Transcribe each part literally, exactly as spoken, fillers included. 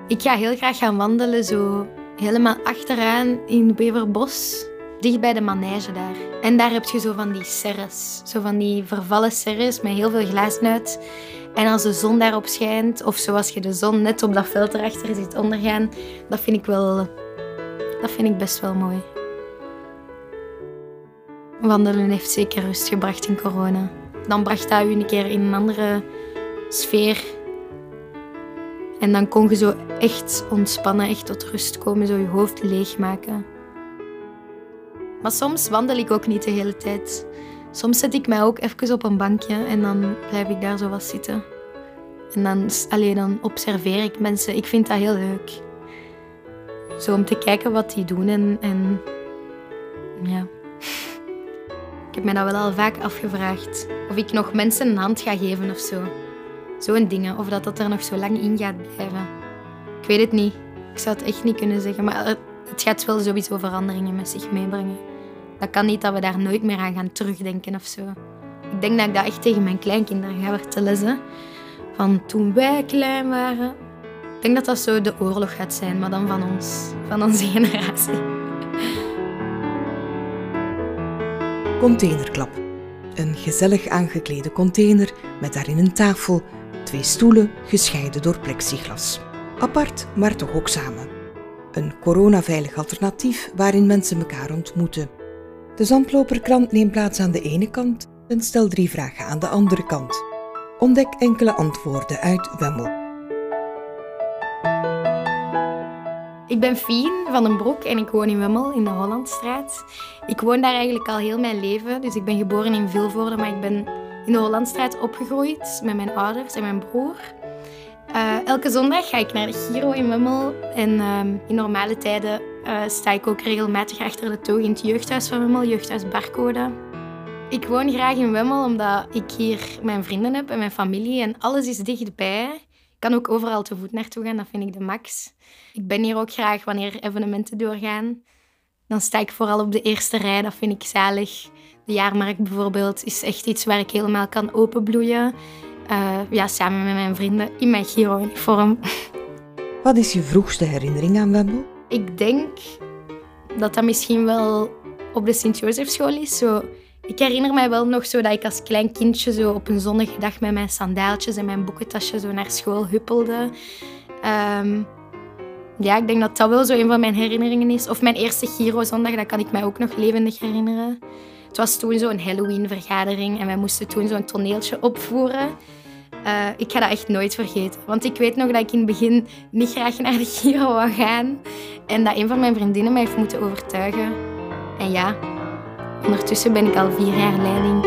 Ik ga heel graag gaan wandelen, zo helemaal achteraan in Beverbos, dicht bij de manege daar. En daar heb je zo van die serres, zo van die vervallen serres met heel veel glazen uit. En als de zon daarop schijnt, of zoals je de zon net op dat veld erachter ziet ondergaan, dat vind ik wel, dat vind ik best wel mooi. Wandelen heeft zeker rust gebracht in corona. Dan bracht dat u een keer in een andere sfeer. En dan kon je zo echt ontspannen, echt tot rust komen, zo je hoofd leegmaken. Maar soms wandel ik ook niet de hele tijd. Soms zet ik mij ook even op een bankje en dan blijf ik daar zo wat zitten. En dan, allee, dan observeer ik mensen. Ik vind dat heel leuk. Zo om te kijken wat die doen en, en ja. Ik heb mij dat wel al vaak afgevraagd. Of ik nog mensen een hand ga geven of zo. Zo'n dingen. Of dat dat er nog zo lang in gaat blijven. Ik weet het niet. Ik zou het echt niet kunnen zeggen. Maar het gaat wel sowieso veranderingen met zich meebrengen. Dat kan niet dat we daar nooit meer aan gaan terugdenken of zo. Ik denk dat ik dat echt tegen mijn kleinkinderen ga vertellen. Hè. Van toen wij klein waren. Ik denk dat dat zo de oorlog gaat zijn, maar dan van ons. Van onze generatie. Containerklap. Een gezellig aangeklede container met daarin een tafel, twee stoelen gescheiden door plexiglas. Apart, maar toch ook samen. Een coronaveilig alternatief waarin mensen elkaar ontmoeten. De zandloperkrant neemt plaats aan de ene kant en stel drie vragen aan de andere kant. Ontdek enkele antwoorden uit Wemmel. Ik ben Fien van den Broek en ik woon in Wemmel, in de Hollandstraat. Ik woon daar eigenlijk al heel mijn leven. Dus ik ben geboren in Vilvoorde, maar ik ben in de Hollandstraat opgegroeid met mijn ouders en mijn broer. Uh, elke zondag ga ik naar de Giro in Wemmel. En uh, in normale tijden uh, sta ik ook regelmatig achter de toog in het jeugdhuis van Wemmel, jeugdhuis Barcode. Ik woon graag in Wemmel omdat ik hier mijn vrienden heb en mijn familie en alles is dichtbij. Ik kan ook overal te voet naartoe gaan, dat vind ik de max. Ik ben hier ook graag wanneer evenementen doorgaan. Dan sta ik vooral op de eerste rij, dat vind ik zalig. De jaarmarkt bijvoorbeeld is echt iets waar ik helemaal kan openbloeien. Uh, ja, samen met mijn vrienden in mijn Giro-uniform. Wat is je vroegste herinnering aan Wemmel? Ik denk dat dat misschien wel op de Sint-Josefschool is. Zo, ik herinner mij wel nog zo dat ik als klein kindje zo op een zonnige dag met mijn sandaaltjes en mijn boekentasje zo naar school huppelde. Um, ja, ik denk dat dat wel zo een van mijn herinneringen is. Of mijn eerste Giro-zondag, dat kan ik mij ook nog levendig herinneren. Het was toen zo'n Halloween-vergadering en wij moesten toen zo'n toneeltje opvoeren. Uh, ik ga dat echt nooit vergeten. Want ik weet nog dat ik in het begin niet graag naar de Giro wou gaan. En dat een van mijn vriendinnen mij heeft moeten overtuigen. En ja, ondertussen ben ik al vier jaar leiding.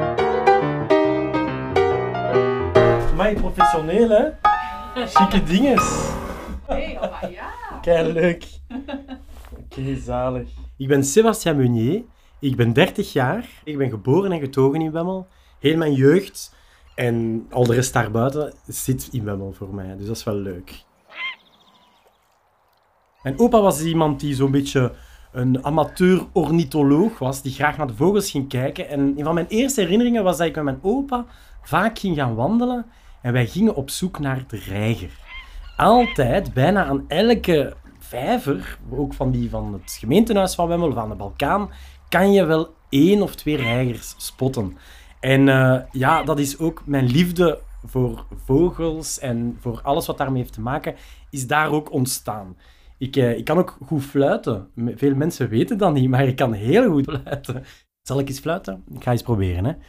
Amai, professioneel, hè? Chique dinges. Hey, oh maar ja. Kei leuk. Oké, okay, zalig. Ik ben Sébastien Meunier. Ik ben dertig jaar. Ik ben geboren en getogen in Wemmel. Heel mijn jeugd en al de rest daarbuiten zit in Wemmel voor mij. Dus dat is wel leuk. Mijn opa was iemand die zo'n beetje een amateur-ornitholoog was, die graag naar de vogels ging kijken. En een van mijn eerste herinneringen was dat ik met mijn opa vaak ging gaan wandelen en wij gingen op zoek naar de reiger. Altijd, bijna aan elke vijver, ook van die van het gemeentehuis van Wemmel, van de Balkaan, kan je wel één of twee reigers spotten. En uh, ja, dat is ook mijn liefde voor vogels en voor alles wat daarmee heeft te maken, is daar ook ontstaan. Ik, uh, ik kan ook goed fluiten. Veel mensen weten dat niet, maar ik kan heel goed fluiten. Zal ik eens fluiten? Ik ga eens proberen, hè.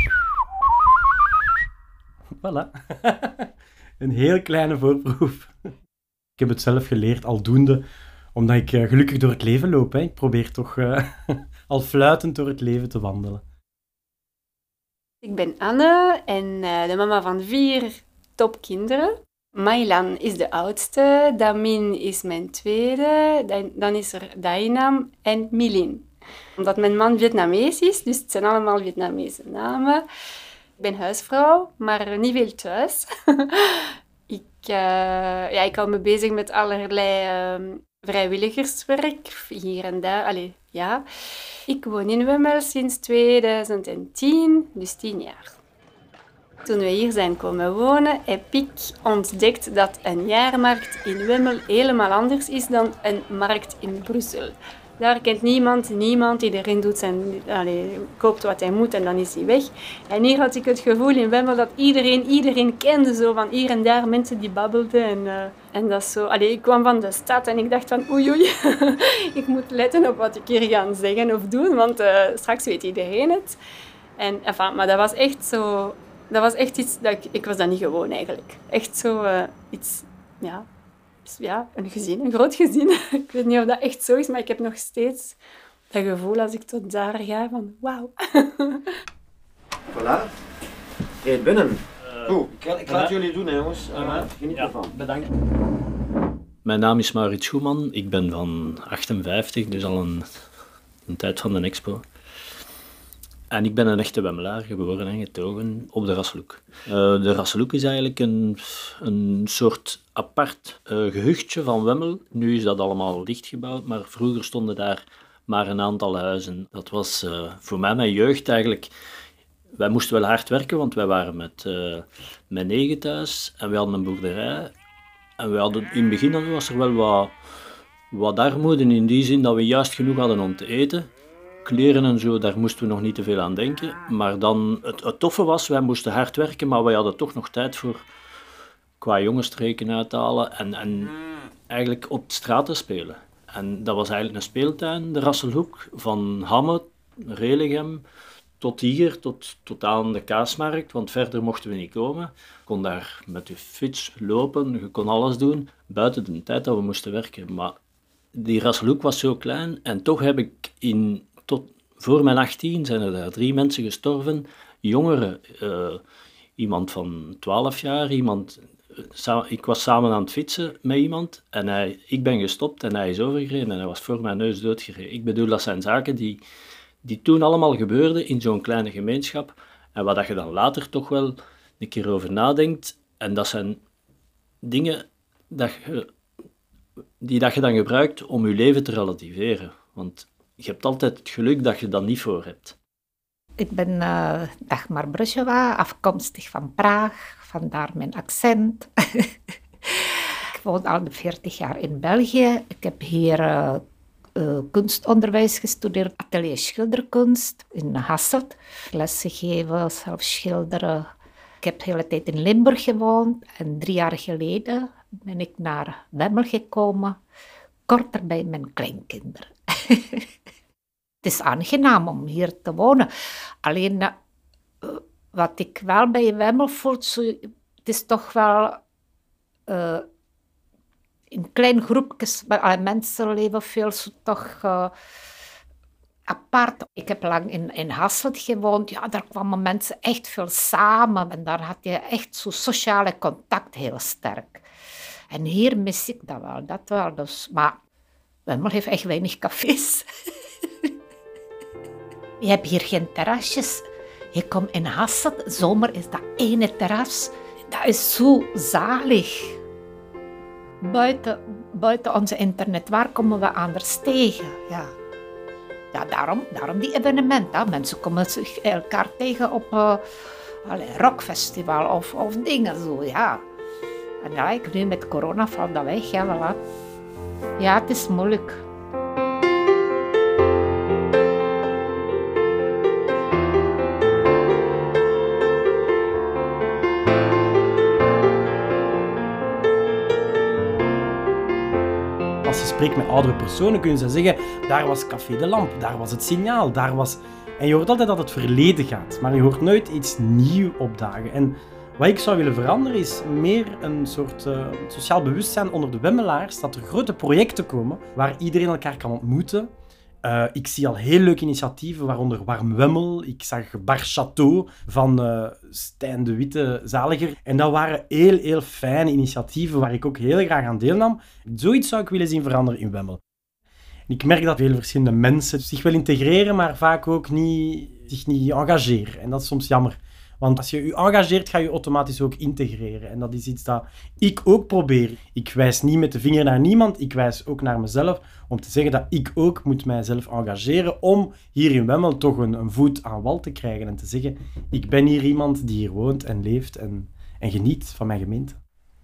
Voilà. Een heel kleine voorproef. Ik heb het zelf geleerd, aldoende, omdat ik uh, gelukkig door het leven loop. Hè. Ik probeer toch uh, al fluitend door het leven te wandelen. Ik ben Anne en uh, de mama van vier topkinderen. Mailan is de oudste, Damin is mijn tweede, dan, dan is er Dainam en Milin. Omdat mijn man Vietnamees is, dus het zijn allemaal Vietnamese namen. Ik ben huisvrouw, maar niet veel thuis. ik, uh, ja, ik hou me bezig met allerlei uh, vrijwilligerswerk, hier en daar. Allee, ja. Ik woon in Wemmel sinds tweeduizend tien, dus tien jaar. Toen we hier zijn komen wonen, heb ik ontdekt dat een jaarmarkt in Wemmel helemaal anders is dan een markt in Brussel. Daar kent niemand, niemand. Iedereen doet zijn, allez, koopt wat hij moet en dan is hij weg. En hier had ik het gevoel in Wemmel dat iedereen iedereen kende. Zo van hier en daar mensen die babbelden. En, uh, en dat zo. Allez, ik kwam van de stad en ik dacht van oei oei. Ik moet letten op wat ik hier ga zeggen of doen, want uh, straks weet iedereen het. En, enfin, maar dat was echt zo... Dat was echt iets dat ik... Ik was dat niet gewoon eigenlijk. Echt zo uh, iets... Ja... Ja, een gezin, een groot gezin. Ik weet niet of dat echt zo is, maar ik heb nog steeds dat gevoel als ik tot daar ga van wauw. Voilà. Treed binnen. Uh, Goed, ik, ik laat jullie doen, hè, jongens. Uh, geniet ja, ervan. Bedankt. Mijn naam is Maurits Schoeman. Ik ben van achtenvijftig, dus al een, een tijd van de expo. En ik ben een echte Wemmelaar, geboren en getogen op de Rasselhoek. Uh, de Rasselhoek is eigenlijk een, een soort apart uh, gehuchtje van Wemmel. Nu is dat allemaal dichtgebouwd, maar vroeger stonden daar maar een aantal huizen. Dat was uh, voor mij mijn jeugd eigenlijk... Wij moesten wel hard werken, want wij waren met, uh, met negen thuis en we hadden een boerderij. En we hadden, in het begin was er wel wat, wat armoede in die zin dat we juist genoeg hadden om te eten. Kleren en zo, daar moesten we nog niet te veel aan denken. Maar dan, het, het toffe was, wij moesten hard werken, maar wij hadden toch nog tijd voor qua jongensstreken uit te halen en, en eigenlijk op de straat te spelen. En dat was eigenlijk een speeltuin, de Rasselhoek, van Hamme, Religem, tot hier, tot, tot aan de Kaasmarkt, want verder mochten we niet komen. Je kon daar met je fiets lopen, je kon alles doen, buiten de tijd dat we moesten werken. Maar die Rasselhoek was zo klein en toch heb ik in... Tot voor mijn achttien zijn er daar drie mensen gestorven. Jongeren, uh, iemand van twaalf jaar, iemand... Uh, ik was samen aan het fietsen met iemand en hij, ik ben gestopt en hij is overgereden en hij was voor mijn neus doodgereden. Ik bedoel, dat zijn zaken die, die toen allemaal gebeurden in zo'n kleine gemeenschap en waar dat je dan later toch wel een keer over nadenkt. En dat zijn dingen dat je, die dat je dan gebruikt om je leven te relativeren. Want je hebt altijd het geluk dat je dat niet voor hebt. Ik ben uh, Dagmar Brusjewa, afkomstig van Praag, vandaar mijn accent. Ik woon al veertig jaar in België. Ik heb hier uh, uh, kunstonderwijs gestudeerd, atelier schilderkunst in Hasselt. Lessen geven, zelf schilderen. Ik heb de hele tijd in Limburg gewoond en drie jaar geleden ben ik naar Wemmel gekomen, korter bij mijn kleinkinderen. Het is aangenaam om hier te wonen. Alleen uh, wat ik wel bij Wemmel voel, zo, het is toch wel uh, in kleine groepjes, maar mensen leven veel zo toch uh, apart. Ik heb lang in, in Hasselt gewoond. Ja, daar kwamen mensen echt veel samen en daar had je echt zo sociale contact heel sterk. En hier mis ik dat wel, dat wel. Dus, maar Wemmel heeft echt weinig cafés. Je hebt hier geen terrasjes. Je komt in Hasselt, zomer is dat ene terras. Dat is zo zalig. Buiten, buiten onze internet, waar komen we anders tegen? Ja, ja daarom, daarom die evenementen. Mensen komen zich elkaar tegen op een uh, rockfestival of, of dingen zo, ja. En ja, ik nu met corona valt dat weg, ja, voilà. Ja, het is moeilijk. Als je spreekt met oudere personen, kunnen ze zeggen, daar was Café de Lamp, daar was het Signaal, daar was... En je hoort altijd dat het verleden gaat, maar je hoort nooit iets nieuws opdagen. En wat ik zou willen veranderen is meer een soort uh, sociaal bewustzijn onder de Wemmelaars, dat er grote projecten komen waar iedereen elkaar kan ontmoeten. Uh, ik zie al heel leuke initiatieven, waaronder Warm Wemmel. Ik zag Bar Château van uh, Stijn de Witte Zaliger. En dat waren heel, heel fijne initiatieven waar ik ook heel graag aan deelnam. Zoiets zou ik willen zien veranderen in Wemmel. En ik merk dat veel verschillende mensen zich wel integreren, maar vaak ook niet, zich niet engageren. En dat is soms jammer. Want als je je engageert, ga je automatisch ook integreren. En dat is iets dat ik ook probeer. Ik wijs niet met de vinger naar niemand, ik wijs ook naar mezelf om te zeggen dat ik ook moet mijzelf engageren om hier in Wemmel toch een, een voet aan wal te krijgen en te zeggen, ik ben hier iemand die hier woont en leeft en, en geniet van mijn gemeente.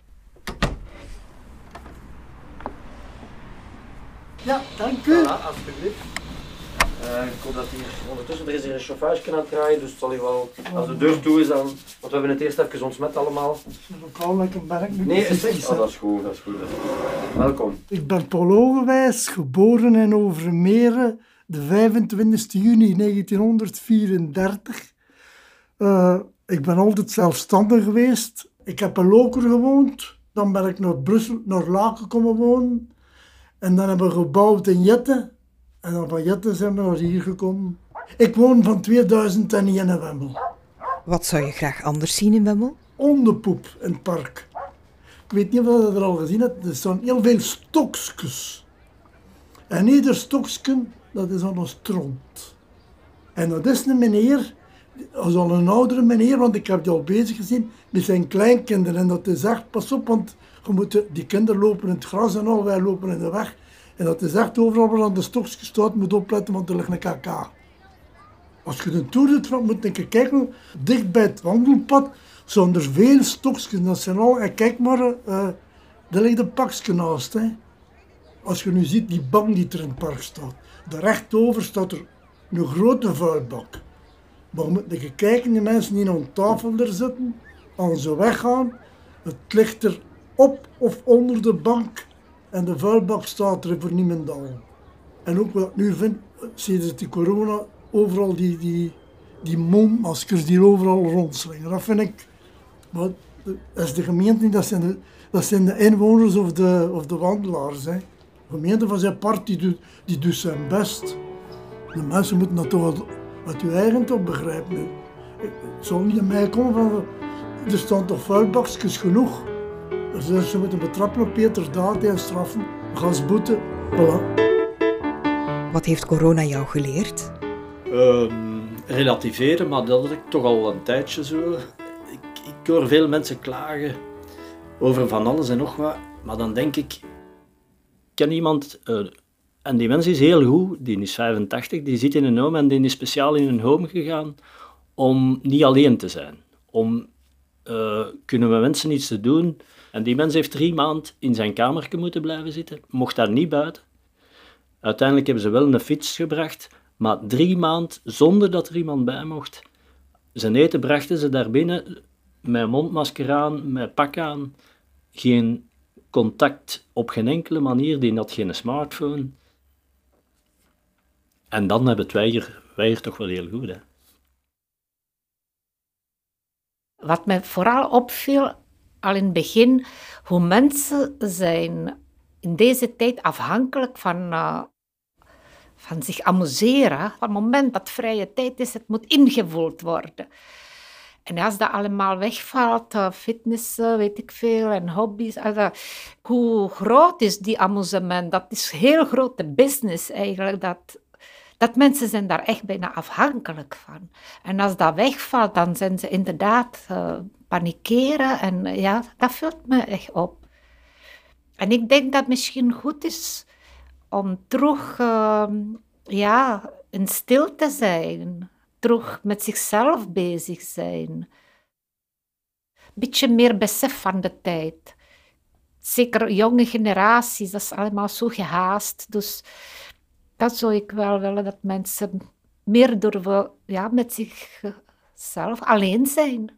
Ja, dank u. Voilà, alsjeblieft. Uh, ik hoop dat hier ondertussen, er is hier een chauffage aan het draaien, dus het zal hier wel, als de deur toe is dan, want we hebben het eerst even ontsmet allemaal. Het is lokaal lekker merk nu. Nee, is het? Oh, dat is goed, dat is goed. Dat is goed. Welkom. Ik ben Paul Ogewijs, geboren in Overmeren, de vijfentwintigste juni negentienhonderdvierendertig. Uh, ik ben altijd zelfstandig geweest. Ik heb in Loker gewoond, dan ben ik naar Brussel, naar Laken komen wonen. En dan hebben we gebouwd in Jette. En dan van Jette zijn we naar hier gekomen. Ik woon van tweeduizend één in Wemmel. Wat zou je graag anders zien in Wemmel? Onderpoep in het park. Ik weet niet of je dat er al gezien hebt. Er staan heel veel stokjes. En ieder stokje, dat is aan een stront. En dat is een meneer, dat is al een oudere meneer, want ik heb die al bezig gezien, met zijn kleinkinderen. En dat is echt, pas op, want je moet, die kinderen lopen in het gras en al, wij lopen in de weg. En dat is echt overal waar aan de stokjes staat, moet opletten, want er ligt een kaka. Als je de toer doet, moet je kijken, dicht bij het wandelpad zijn er veel stokjes. Dat zijn al, en kijk maar, uh, daar ligt een pakje naast. Hè. Als je nu ziet die bank die er in het park staat, daar rechtsover staat er een grote vuilbak. Maar je moet je kijken, die mensen die aan tafel er zitten, als ze weggaan, het ligt er op of onder de bank. En de vuilbak staat er voor niemendal. En ook wat ik nu vind, sinds die corona, overal die, die, die mondmaskers die overal rondslingen. Dat vind ik, maar dat is de gemeente niet, dat zijn de, dat zijn de inwoners of de, of de wandelaars. Hè. De gemeente van zijn part, die doet, die doet zijn best. De mensen moeten dat toch uit, uit hun eigen toch begrijpen. Het zal niet aan mij komen van, er staan toch vuilbakjes genoeg. Dus ze moeten betrappen op Peterdaad en straffen, gasboete, voilà. Wat heeft corona jou geleerd? Um, relativeren, maar dat had ik toch al een tijdje zo. Ik, ik hoor veel mensen klagen over van alles en nog wat, maar dan denk ik, ik ken iemand, uh, en die mens is heel goed, die is vijfentachtig, die zit in een home en die is speciaal in een home gegaan om niet alleen te zijn. Om uh, kunnen we mensen iets te doen. En die mens heeft drie maanden in zijn kamertje moeten blijven zitten, mocht daar niet buiten. Uiteindelijk hebben ze wel een fiets gebracht, maar drie maanden zonder dat er iemand bij mocht. Zijn eten brachten ze daar binnen, met mondmasker aan, met pak aan. Geen contact op geen enkele manier, die had geen smartphone. En dan hebben wij hier, wij hier toch wel heel goed. Hè? Wat mij vooral opviel, al in het begin, hoe mensen zijn in deze tijd afhankelijk van, uh, van zich amuseren. Op het moment dat vrije tijd is, het moet ingevuld worden. En als dat allemaal wegvalt, uh, fitness, uh, weet ik veel, en hobby's. Uh, hoe groot is die amusement? Dat is heel grote business eigenlijk. Dat, dat mensen zijn daar echt bijna afhankelijk van. En als dat wegvalt, dan zijn ze inderdaad uh, panikeren. En uh, ja, dat vult me echt op. En ik denk dat het misschien goed is om terug uh, ja, in stilte zijn. Terug met zichzelf bezig zijn. Een beetje meer besef van de tijd. Zeker jonge generaties, dat is allemaal zo gehaast. Dus dat zou ik wel willen, dat mensen meer durven ja, met zichzelf alleen zijn.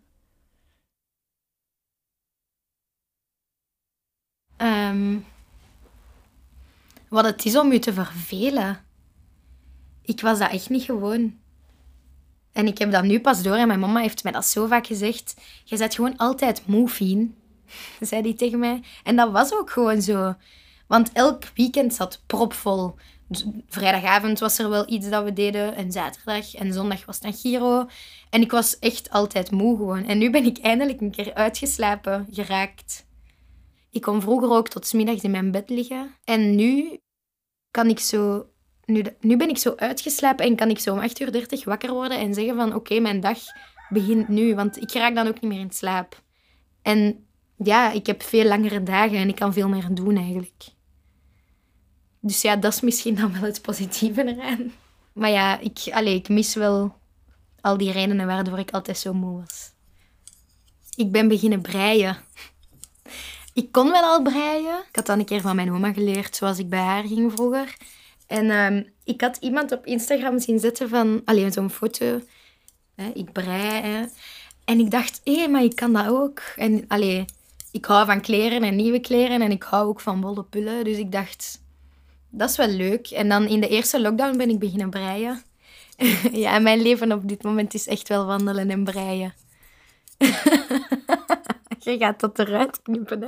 Um, wat het is om je te vervelen. Ik was dat echt niet gewoon. En ik heb dat nu pas door en mijn mama heeft mij dat zo vaak gezegd. Je bent gewoon altijd moe, Fien, zei die tegen mij. En dat was ook gewoon zo. Want elk weekend zat propvol. Vrijdagavond was er wel iets dat we deden. En zaterdag en zondag was het dan Giro. En ik was echt altijd moe gewoon. En nu ben ik eindelijk een keer uitgeslapen geraakt. Ik kon vroeger ook tot 's middags in mijn bed liggen. En nu kan ik zo... Nu, nu ben ik zo uitgeslapen en kan ik zo om acht uur dertig wakker worden en zeggen van oké, okay, mijn dag begint nu, want ik raak dan ook niet meer in slaap. En ja, ik heb veel langere dagen en ik kan veel meer doen eigenlijk. Dus ja, dat is misschien dan wel het positieve eraan. Maar ja, ik, allez, ik mis wel al die redenen waardoor ik altijd zo moe was. Ik ben beginnen breien. Ik kon wel al breien. Ik had dat een keer van mijn oma geleerd, zoals ik bij haar ging vroeger. En uh, ik had iemand op Instagram zien zetten van... Alleen zo'n foto. Hè, ik brei. Hè. En ik dacht, hé, hey, maar ik kan dat ook. En allee, ik hou van kleren en nieuwe kleren. En ik hou ook van wollen pullen. Dus ik dacht, dat is wel leuk. En dan in de eerste lockdown ben ik beginnen breien. Ja, mijn leven op dit moment is echt wel wandelen en breien. Je gaat dat eruit knippen, hè?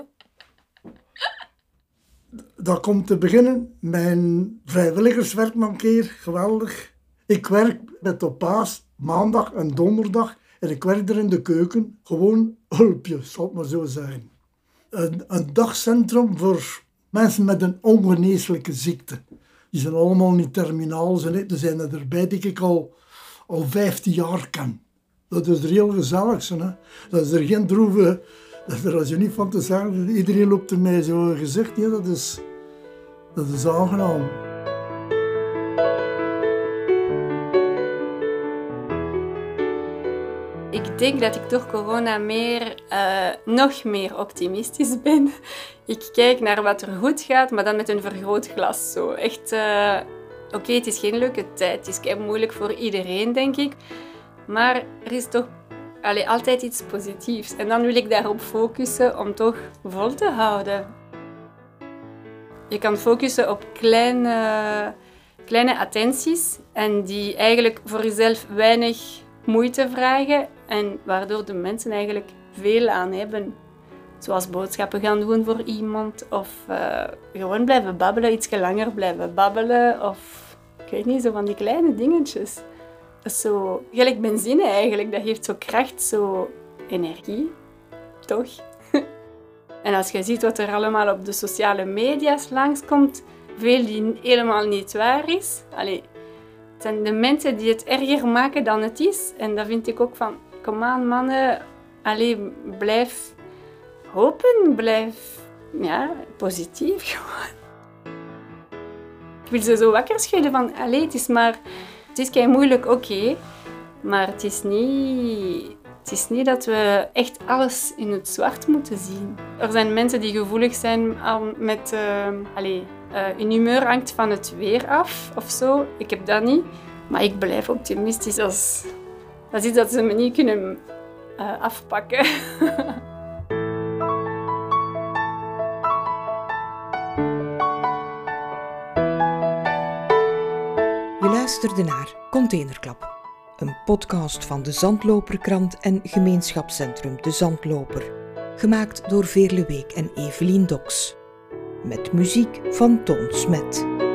Dat komt te beginnen. Mijn vrijwilligerswerk nog een keer, geweldig. Ik werk met op paas, maandag en donderdag. En ik werk er in de keuken. Gewoon hulpjes, zal het maar zo zijn. Een, een dagcentrum voor mensen met een ongeneeslijke ziekte. Die zijn allemaal niet terminaal. Er zijn er erbij die ik al, al vijftien jaar ken. Dat is er heel gezellig. Hè? Dat is er geen droeve... Dat is er als je niet van te zeggen. Iedereen loopt er mij zo gezegd. Ja, dat is, dat is aangenaam. Ik denk dat ik door corona meer, uh, nog meer optimistisch ben. Ik kijk naar wat er goed gaat, maar dan met een vergrootglas. Zo. Echt, uh, oké, okay, het is geen leuke tijd. Het is kei moeilijk voor iedereen, denk ik. Maar er is toch allee, altijd iets positiefs. En dan wil ik daarop focussen om toch vol te houden. Je kan focussen op kleine, kleine attenties en die eigenlijk voor jezelf weinig moeite vragen en waardoor de mensen eigenlijk veel aan hebben. Zoals boodschappen gaan doen voor iemand of uh, gewoon blijven babbelen, iets langer blijven babbelen of ik weet niet, zo van die kleine dingetjes. Dat is zo gelijk benzine eigenlijk, dat geeft zo kracht, zo energie, toch? En als je ziet wat er allemaal op de sociale media's langskomt, veel die helemaal niet waar is. Allee, het zijn de mensen die het erger maken dan het is. En dat vind ik ook van, kom aan mannen, allee, blijf hopen, blijf ja, positief gewoon. Ik wil ze zo wakker schudden van, allee, het is maar, het is kei moeilijk, oké, okay, maar het is niet... Het is niet dat we echt alles in het zwart moeten zien. Er zijn mensen die gevoelig zijn met... Uh, allez, uh, hun humeur hangt van het weer af of zo. Ik heb dat niet. Maar ik blijf optimistisch. Dat is, dat is iets dat ze me niet kunnen uh, afpakken. Je luisterde naar Containerklap. Een podcast van de Zandloperkrant en gemeenschapscentrum De Zandloper. Gemaakt door Veerle Week en Evelien Doks. Met muziek van Toon Smet.